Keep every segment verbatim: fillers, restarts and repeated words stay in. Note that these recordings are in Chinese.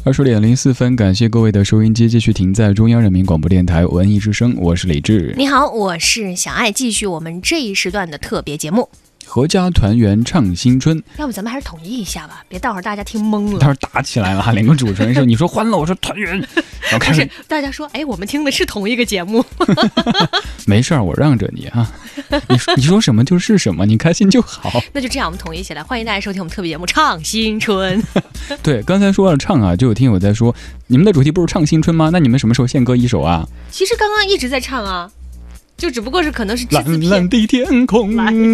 二十点零四分，感谢各位的收音机继续停在中央人民广播电台文艺之声，我是李志。 你好，我是小爱，继续我们这一时段的特别节目。 阖家团圆唱新春， 要不咱们还是统一一下吧，别待会儿大家听懵了。 待会儿打起来了哈，两个主持人说你说欢乐，我说团圆，然后开始大家说，哎，我们听的是同一个节目。 没事儿，我让着你哈，你你说什么就是什么，你开心就好。 那就这样，我们统一起来，欢迎大家收听我们特别节目《唱新春》。 对，刚才说了唱啊，就有听友在说，你们的主题不是唱新春吗？那你们什么时候献歌一首啊？ 其实刚刚一直在唱啊，就只不过是可能是蓝蓝的天空。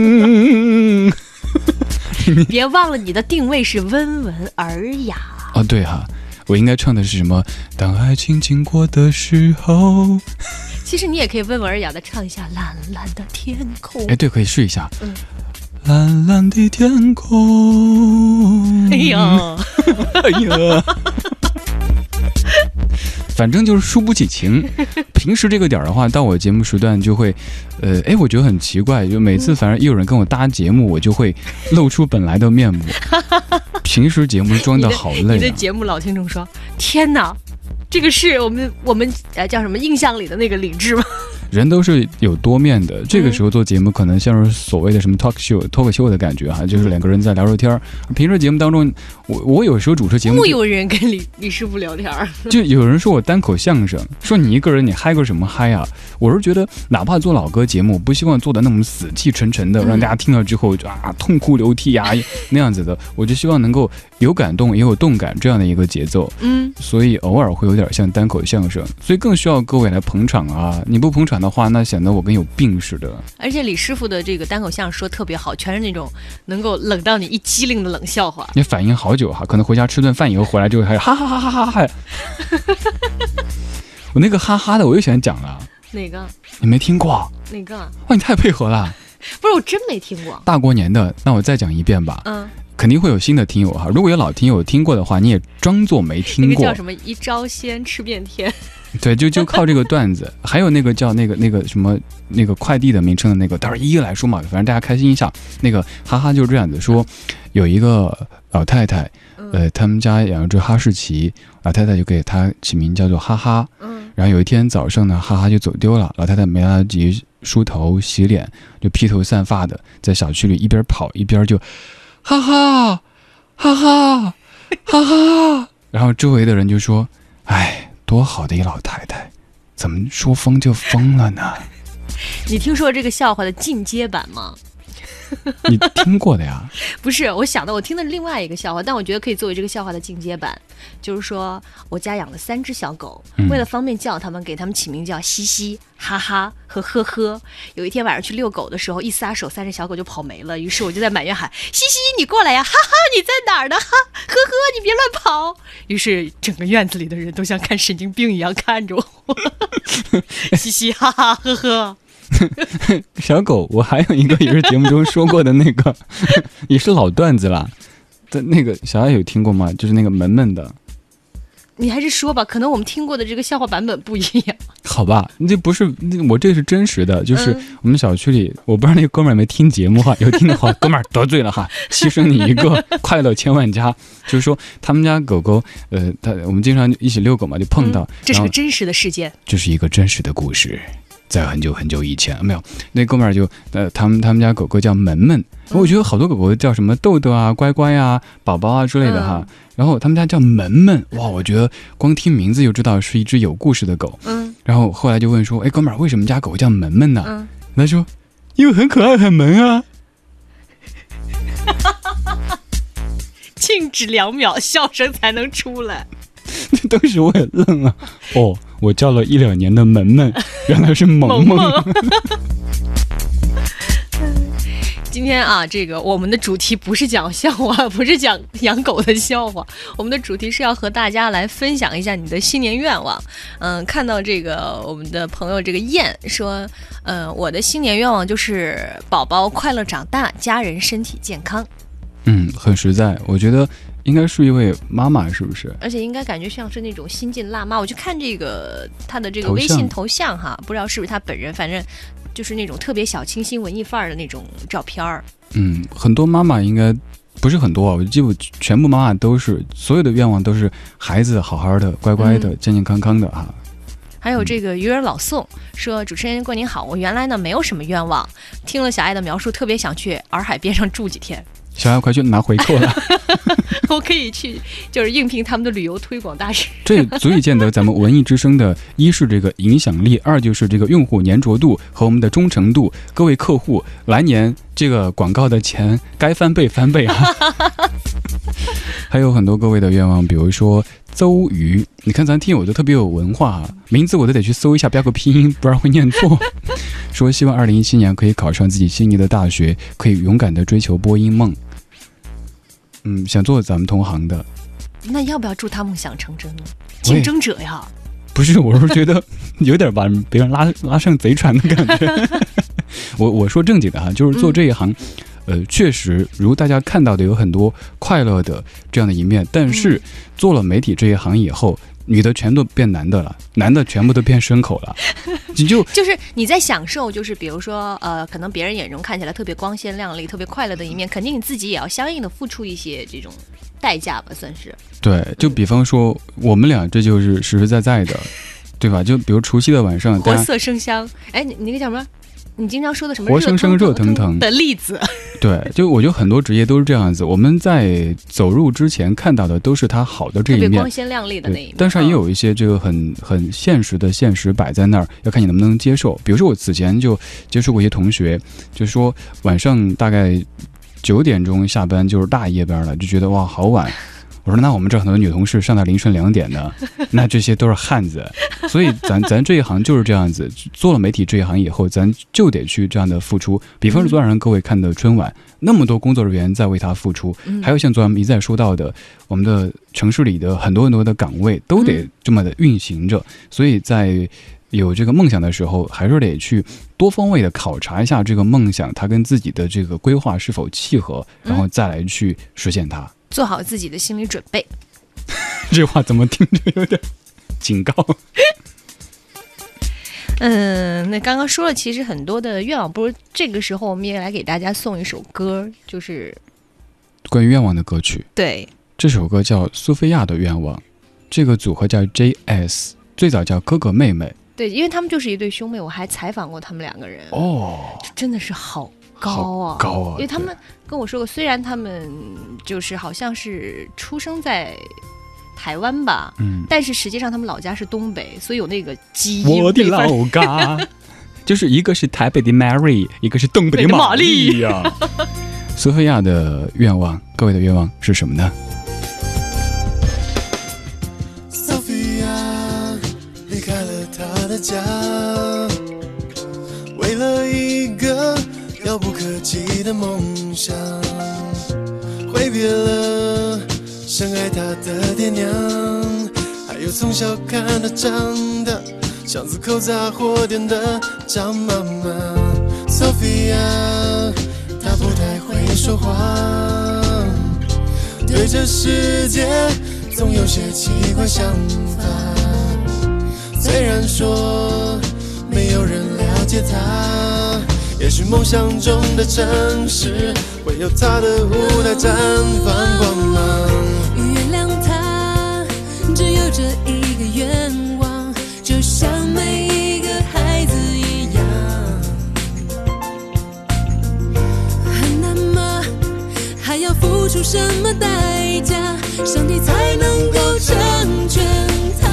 别忘了你的定位是温文尔雅啊，对哈、啊，我应该唱的是什么？当爱情经过的时候。 其实你也可以温文尔雅的唱一下蓝蓝的天空。 哎，对，可以试一下。 嗯， 蓝蓝的天空。 哎呀， 哎呀。反正就是输不起情。平时这个点儿的话，到我节目时段就会，呃，哎，我觉得很奇怪，就每次反正一有人跟我搭节目，我就会露出本来的面目。平时节目装得好累、啊你。你的节目老听众说：“天哪，这个是我们我们呃叫什么印象里的那个李志吗？” 人都是有多面的，这个时候做节目可能像是所谓的什么 talk show、脱口秀的感觉哈，就是两个人在聊聊天。平时节目当中，我我有时候主持节目， 不有人跟李李师傅聊天， 就有人说我单口相声，说你一个人你嗨个什么嗨啊？我是觉得哪怕做老歌节目，不希望做的那么死气沉沉的，让大家听了之后就啊痛哭流涕啊那样子的，我就希望能够有感动也有动感这样的一个节奏。 嗯， 所以偶尔会有点像单口相声，所以更需要各位来捧场啊！你不捧场的话，那显得我跟有病似的。 而且李师傅的这个单口相声说特别好，全是那种能够冷到你一激灵的冷笑话。 你反应好久哈，可能回家吃顿饭以后回来之后还哈哈哈哈哈哈。我那个哈哈的我又想讲了。 哪个？ 你没听过？ 哪个？ 哇，你太配合了。 不是，我真没听过。 大过年的，那我再讲一遍吧。 嗯。 肯定会有新的听友哈，如果有老听友听过的话，你也装作没听过。 那个叫什么？一招鲜吃遍天。 对，就就靠这个段子。还有那个叫那个那个什么那个快递的名称的那个，待会儿一一来说嘛，反正大家开心一下。那个哈哈就是这样子说，有一个老太太，呃，他们家养一只哈士奇，老太太就给它起名叫做哈哈。嗯。然后有一天早上呢，哈哈就走丢了，老太太没来得及梳头洗脸，就披头散发的在小区里一边跑一边就。哈哈，哈哈，哈哈，然后周围的人就说：“哎，多好的一老太太，怎么说疯就疯了呢？” 你听说这个笑话的进阶版吗？ 你听过的呀？ 不是，我想到我听的是另外一个笑话，但我觉得可以作为这个笑话的进阶版。就是说我家养了三只小狗，嗯、为了方便叫它们，给它们起名叫西西、哈哈和呵呵。有一天晚上去遛狗的时候，一撒手，三只小狗就跑没了。于是我就在满院喊：“西西，你过来呀！哈哈，你在哪儿呢？哈呵呵，你别乱跑！”于是整个院子里的人都像看神经病一样看着我。西西，哈哈，呵呵。 小狗，我还有一个也是节目中说过的那个，也是老段子了。但那个小爱有听过吗？就是那个门门的。 你还是说吧，可能我们听过的这个笑话版本不一样。 好吧，这不是我这是真实的，就是我们小区里，我不知道那个哥们儿没听节目哈，有听的话，哥们儿得罪了哈，牺牲你一个，快乐千万家。就是说他们家狗狗，呃，他我们经常一起遛狗嘛，就碰到， 嗯、这是个真实的事件， 这是一个真实的故事。在很久很久以前，没有那哥们儿就呃，他们他们家狗狗叫门门，嗯、我觉得好多狗狗叫什么豆豆啊、乖乖啊、宝宝啊之类的哈。嗯、然后他们家叫门门，哇，我觉得光听名字就知道是一只有故事的狗。嗯。然后后来就问说，哎，哥们儿，为什么家狗叫门门呢？嗯。他说，因为很可爱，很萌啊。 静止两秒，笑声才能出来。 当时我也愣了，哦，我叫了一两年的门门，原来是萌萌。 今天啊，这个我们的主题不是讲笑话，不是讲养狗的笑话，我们的主题是要和大家来分享一下你的新年愿望。嗯，看到这个我们的朋友这个燕说，呃，我的新年愿望就是宝宝快乐长大，家人身体健康。 嗯，很实在，我觉得。应该是一位妈妈，是不是？ 而且应该感觉像是那种新晋辣妈。我去看这个她的这个微信头像哈，不知道是不是她本人，反正就是那种特别小清新文艺范儿的那种照片儿。 嗯，很多妈妈应该不是很多啊，我记不全部妈妈都是所有的愿望都是孩子好好的、乖乖的、嗯、健健康康的啊。 还有这个鱼儿老宋说，主持人过您好，我原来呢没有什么愿望，听了小爱的描述，特别想去洱海边上住几天。 小爱快去拿回扣了。 我可以去，就是应聘他们的旅游推广大使。 这足以见得咱们文艺之声的一是这个影响力，二就是这个用户粘着度和我们的忠诚度。各位客户，来年这个广告的钱该翻倍翻倍啊！还有很多各位的愿望，比如说邹瑜，你看咱听友都特别有文化，名字我都得去搜一下，标个拼音，不然会念错。说希望二零一七年可以考上自己心仪的大学，可以勇敢地追求播音梦。嗯，想做咱们同行的， 那要不要祝他梦想成真呢？竞争者呀， 不是，我是觉得有点把别人拉拉上贼船的感觉。我我说正经的哈，就是做这一行。嗯呃，确实，如大家看到的，有很多快乐的这样的一面。但是，做了媒体这一行以后，女的全都变男的了，男的全部都变牲口了。你就就是你在享受，就是比如说，呃，可能别人眼中看起来特别光鲜亮丽、特别快乐的一面，肯定你自己也要相应的付出一些这种代价吧，算是。 对，就比方说我们俩，这就是实实在在的，对吧？就比如除夕的晚上， 活色生香。哎，你那个叫什么？你经常说的什么活生生热腾腾的例子？ 对，就我觉得很多职业都是这样子。我们在走入之前看到的都是它好的这一面， 特别光鲜亮丽的那一面。 但是也有一些这个很很现实的现实摆在那儿，要看你能不能接受。比如说我此前就接触过一些同学，就说晚上大概九点钟下班就是大夜班了，就觉得哇好晚。我说那我们这很多女同事上到凌晨两点的，那这些都是汉子，所以咱咱这一行就是这样子，做了媒体这一行以后，咱就得去这样的付出。比方说昨晚让各位看的春晚，那么多工作人员在为他付出，还有像昨晚一再说到的，我们的城市里的很多很多的岗位都得这么的运行着，所以在有这个梦想的时候，还是得去多方位的考察一下这个梦想，它跟自己的这个规划是否契合，然后再来去实现它。 做好自己的心理准备。 这话怎么听着有点警告？ 嗯，那刚刚说了，其实很多的愿望，不如这个时候我们也来给大家送一首歌，就是关于愿望的歌曲。 对， 这首歌叫苏菲亚的愿望，这个组合叫 J S， 最早叫哥哥妹妹。 对，因为他们就是一对兄妹，我还采访过他们两个人。 哦， 真的是好高啊， 高啊！ 因为他们跟我说过，虽然他们就是好像是出生在台湾吧，嗯，但是实际上他们老家是东北，所以有那个基因。 我的老家就是一个是台北的 Mary， 一个是东北的玛丽呀。苏菲亚的愿望，各位的愿望是什么呢？ 苏菲亚离开了她的家，为了一个遥不可及的梦想，挥别了深爱她的爹娘，还有从小看她长大巷子口杂货店的张妈妈。Sophia 她不太会说话，对这世界总有些奇怪想法，虽然说没有人了解她，也许梦想中的城市会有它的舞台绽放光芒。 原谅他只有这一个愿望，就像每一个孩子一样。很难吗？还要付出什么代价，上帝才能够成全他？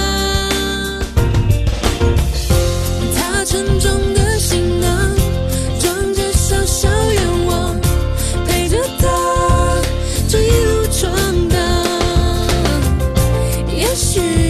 他沉重的行囊装着小小愿望，陪着他这一路闯荡。也许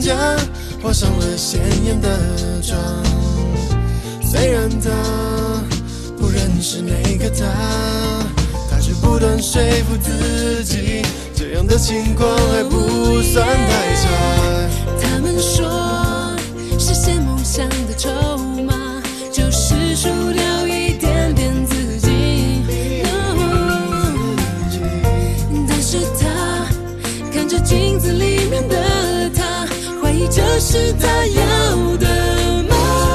甲，画上了鲜艳的妆。虽然他不认识那个他，他却不断说服自己，这样的情况还不算太差。 他们说实现梦想的筹码就是输掉一点点自己、哦、但是他看着镜子里面的他，怀疑这是他要的吗？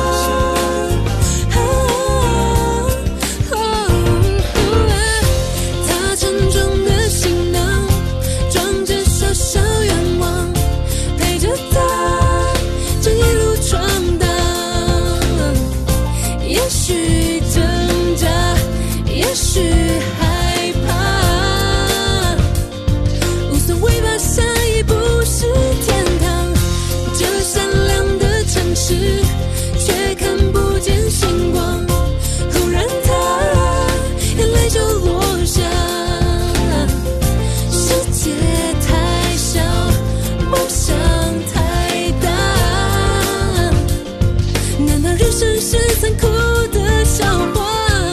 他沉重的行囊装着小小愿望，陪着他这一路闯荡，也许挣扎，也许害怕，无所谓吧，下一步是天堂。这闪亮的城市却看不见星光，忽然他眼泪就落下。世界太小，梦想太大，难道人生是残酷的笑话？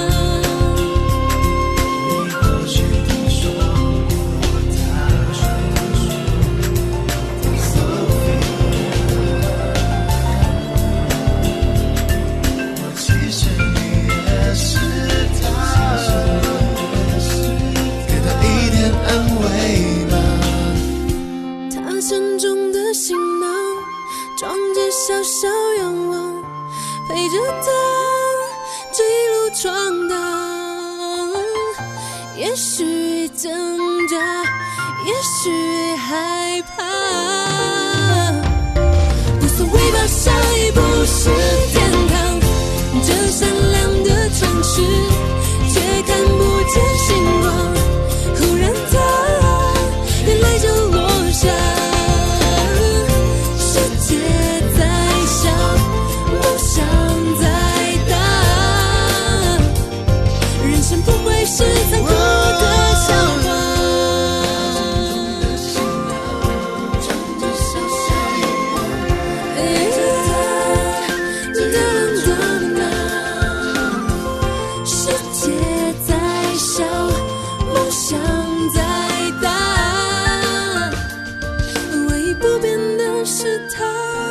你或许听说过他，我其实你也是他，给他一点安慰吧。 他沉重的行囊装着小小愿望，陪着他这一路闯荡，也许挣扎，也许害怕，无所谓吧，下一步是天堂。这闪亮的城市却看不见星光，忽然他眼泪就落下。世界再小，梦想再大，人生不会是残酷的笑话。世界再小，梦想再大，唯一不变的是他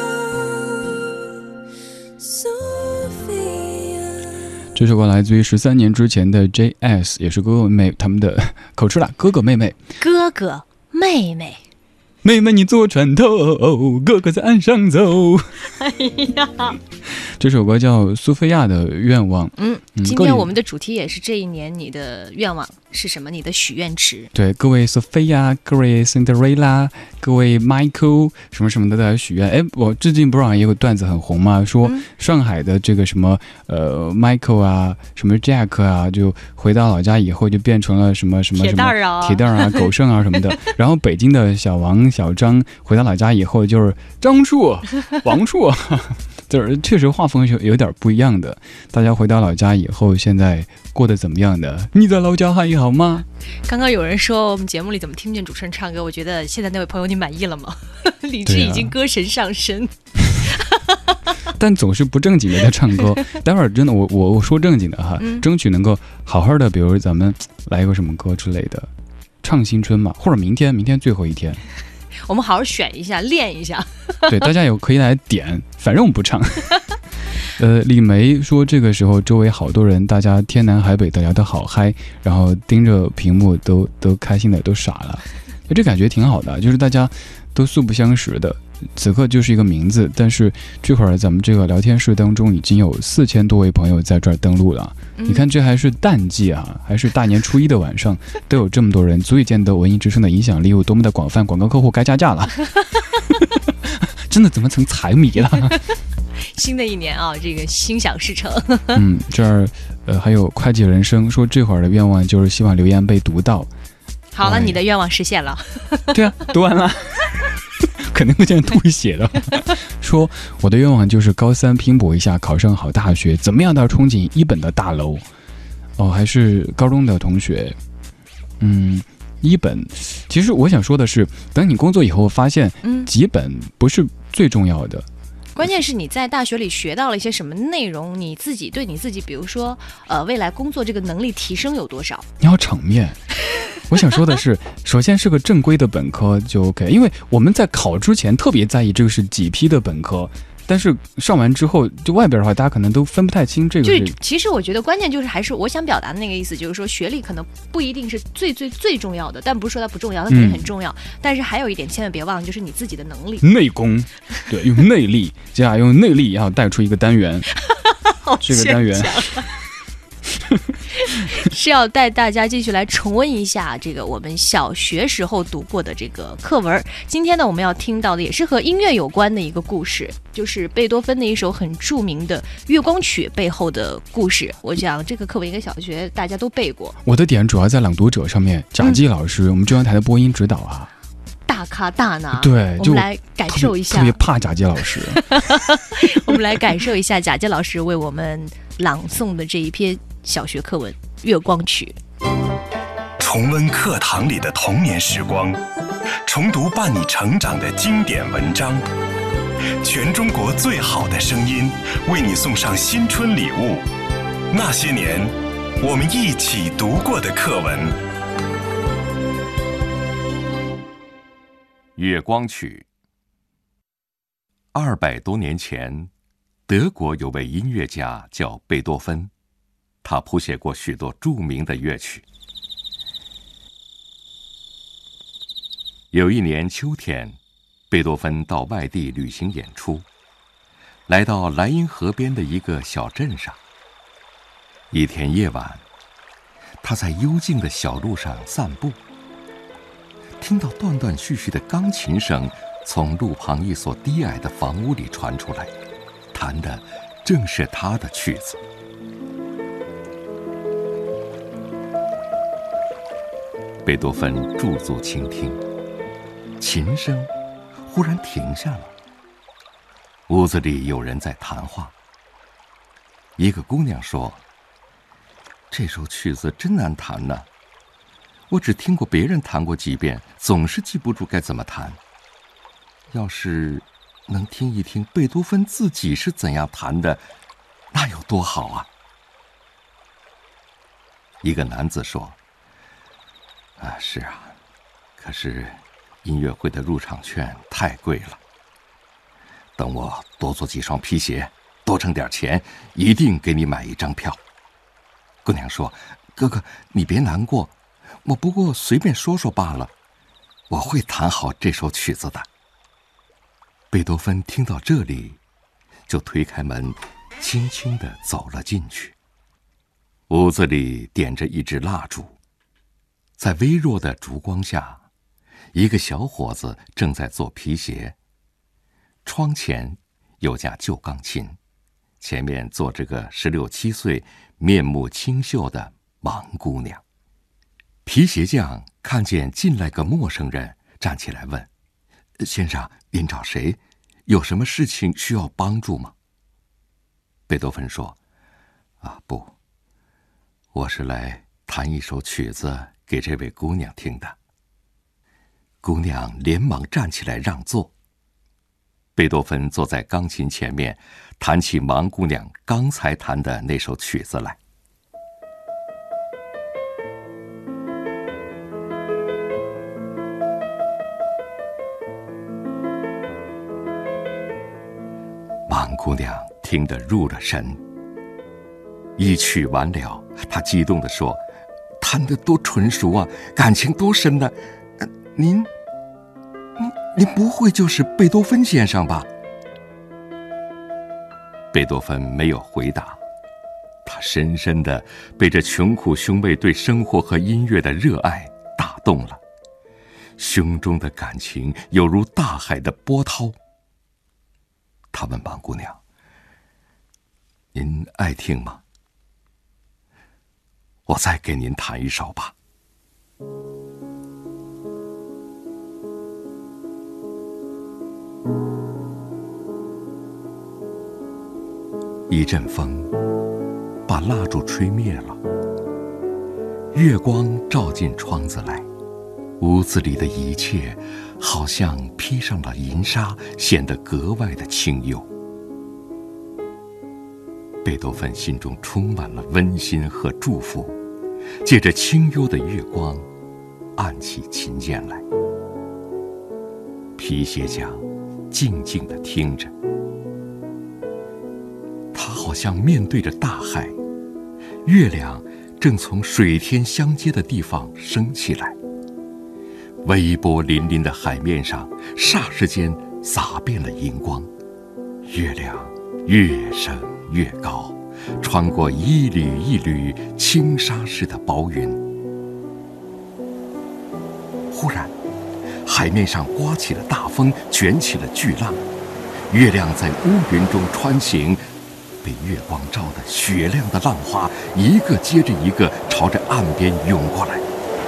，Sophia。 这首歌来自于十三年之前的 J S， 也是哥哥妹妹他们的口吃了，哥哥妹妹。 哥哥妹妹， 妹妹你坐船头，哥哥在岸上走。 哎呀， 这首歌叫苏菲亚的愿望。 嗯， 嗯各里今天我们的主题也是这一年你的愿望是什么？你的许愿池。 对各位 Sophia， 各位 Cinderella， 各位 Michael 什么什么的在许愿。哎，我最近不是好像有个段子很红嘛，说上海的这个什么呃 Michael 啊，什么 Jack 啊，就回到老家以后就变成了什么什么铁什么蛋儿啊铁蛋儿啊、狗剩啊什么的。然后北京的小王、小张回到老家以后就是张树、王树，就是确实画风有有点不一样的。大家回到老家以后，现在过得怎么样的？你在老家还好吗？ 刚刚有人说我们节目里怎么听不见主持人唱歌，我觉得现在那位朋友你满意了吗？李志对啊已经歌神上身。 但总是不正经的在唱歌。待会儿真的，我我我说正经的哈， 嗯争取能够好好的，比如咱们来一个什么歌之类的，唱新春嘛，或者明天明天最后一天， 我们好好选一下，练一下。 对，大家有可以来点，反正我不唱。呃，李梅说这个时候周围好多人，大家天南海北的聊得好嗨，然后盯着屏幕都都开心的都傻了，这感觉挺好的，就是大家都素不相识的。此刻就是一个名字，但是这会儿咱们这个聊天室当中已经有四千多位朋友在这儿登录了。 嗯、 你看，这还是淡季啊，还是大年初一的晚上，都有这么多人，足以见得文艺之声的影响力有多么的广泛。广告客户该加价了，真的怎么成财迷了？ 新的一年啊，这个心想事成。 嗯，这儿呃还有会计人生说这会儿的愿望就是希望留言被读到。 好了， 哎你的愿望实现了。 对啊，读完了。可能会这样吐血的。说我的愿望就是高三拼搏一下，考上好大学，怎么样都要憧憬一本的大楼。哦，还是高中的同学。嗯，一本，其实我想说的是，等你工作以后，发现， 嗯， 几本不是最重要的。 关键是你在大学里学到了一些什么内容，你自己对你自己，比如说，呃，未来工作这个能力提升有多少？ 你要场面。我想说的是，首先是个正规的本科就 OK， 因为我们在考之前特别在意这个是几批的本科。但是上完之后，就外边的话，大家可能都分不太清这个。 就是其实我觉得关键就是还是我想表达的那个意思，就是说学历可能不一定是最最最重要的，但不是说它不重要，它肯定很重要。嗯、但是还有一点千万别忘了，就是你自己的能力。 内功，对，用内力，接下来用内力，然后带出一个单元。这个单元。 是要带大家继续来重温一下这个我们小学时候读过的这个课文。今天呢，我们要听到的也是和音乐有关的一个故事，就是贝多芬的一首很著名的《月光曲》背后的故事。我想这个课文应该小学大家都背过。 我的点主要在朗读者上面，贾季老师，嗯、我们中央台的播音指导啊， 大咖大拿。 对， 我们来感受一下。 特别怕贾季老师。 我们来感受一下贾季老师为我们朗诵的这一篇小学课文《月光曲》。 重温课堂里的童年时光，重读伴你成长的经典文章，全中国最好的声音为你送上新春礼物。那些年我们一起读过的课文。月光曲。二百多年前，德国有位音乐家叫贝多芬，他谱写过许多著名的乐曲。有一年秋天，贝多芬到外地旅行演出，来到莱茵河边的一个小镇上。一天夜晚，他在幽静的小路上散步，听到断断续续的钢琴声从路旁一所低矮的房屋里传出来，弹的正是他的曲子。贝多芬驻足倾听，琴声忽然停下了。屋子里有人在谈话。一个姑娘说：“这首曲子真难弹呢，我只听过别人弹过几遍，总是记不住该怎么弹。要是能听一听贝多芬自己是怎样弹的，那有多好啊！”一个男子说：“啊，是啊，可是音乐会的入场券太贵了。等我多做几双皮鞋，多挣点钱，一定给你买一张票。”姑娘说：“哥哥，你别难过，我不过随便说说罢了，我会弹好这首曲子的。”贝多芬听到这里，就推开门，轻轻地走了进去。屋子里点着一支蜡烛，在微弱的烛光下，一个小伙子正在做皮鞋。窗前有架旧钢琴，前面坐着个十六七岁、面目清秀的盲姑娘。皮鞋匠看见进来个陌生人，站起来问：“先生，您找谁？有什么事情需要帮助吗？”贝多芬说：“啊，不，我是来弹一首曲子给这位姑娘听的。”姑娘连忙站起来让座。贝多芬坐在钢琴前面，弹起盲姑娘刚才弹的那首曲子来。盲姑娘听得入了神。一曲完了，她激动地说：“弹得多纯熟啊，感情多深呢！呃、您，您，您不会就是贝多芬先生吧？”贝多芬没有回答，他深深地被这穷苦兄妹对生活和音乐的热爱打动了，胸中的感情犹如大海的波涛。他问盲姑娘：“您爱听吗？我再给您弹一首吧。”一阵风把蜡烛吹灭了，月光照进窗子来，屋子里的一切好像披上了银纱，显得格外的清幽。贝多芬心中充满了温馨和祝福，借着清幽的月光，按起琴键来。皮鞋匠静静地听着，他好像面对着大海，月亮正从水天相接的地方升起来，微波粼粼的海面上霎时间洒遍了银光，月亮越升越高，穿过一缕一缕轻纱似的薄云。忽然海面上刮起了大风，卷起了巨浪，月亮在乌云中穿行，被月光照得雪亮的浪花一个接着一个朝着岸边涌过来。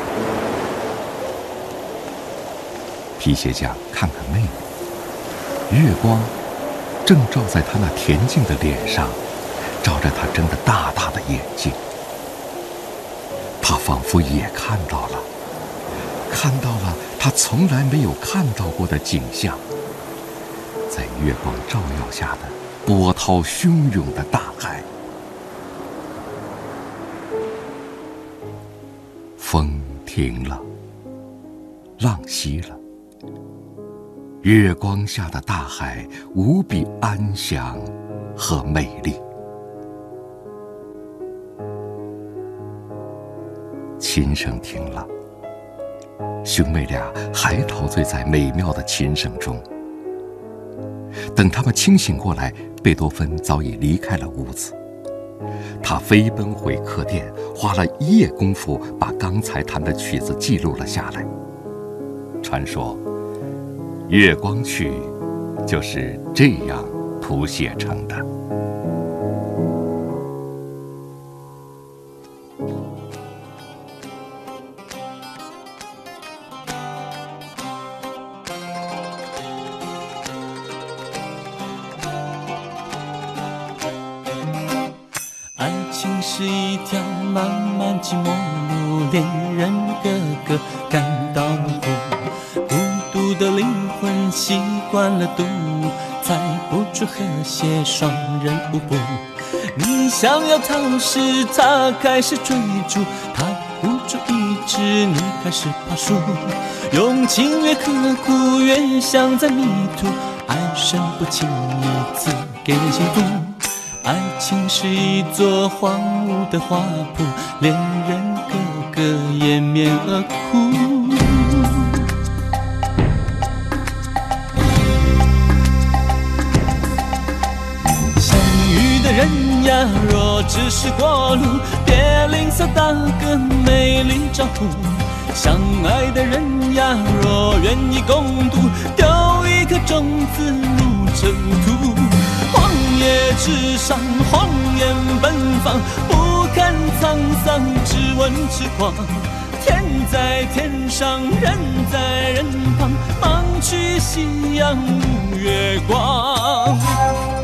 皮鞋匠看看妹妹，月光正照在她那恬静的脸上，照着她睁得大大的眼睛。他仿佛也看到了，看到了他从来没有看到过的景象，在月光照耀下的波涛汹涌的大海。风停了，浪息了，月光下的大海无比安详和美丽。琴声停了，兄妹俩还陶醉在美妙的琴声中。等他们清醒过来，贝多芬早已离开了屋子。他飞奔回客店，花了一夜功夫把刚才弹的曲子记录了下来。传说《月光曲》就是这样谱写成的。 爱情是一条漫漫寂寞路，恋人个个感到模糊，孤独的灵魂习惯了独舞，猜不出和谐双人舞步。你想要逃时，他开始追逐，他不住一直，你开始爬树。用情越刻苦，越像在迷途，爱神不轻易赐给人幸福。爱情是一座荒芜的花圃，恋人个个掩面而哭。相遇的人呀，若只是过路，别吝啬打个美丽招呼。相爱的人呀，若愿意共度，丢一颗种子入尘土。荒野之上，荒野奔放，不看沧桑，只问痴狂。天在天上，人在人旁，忙去夕阳无月光。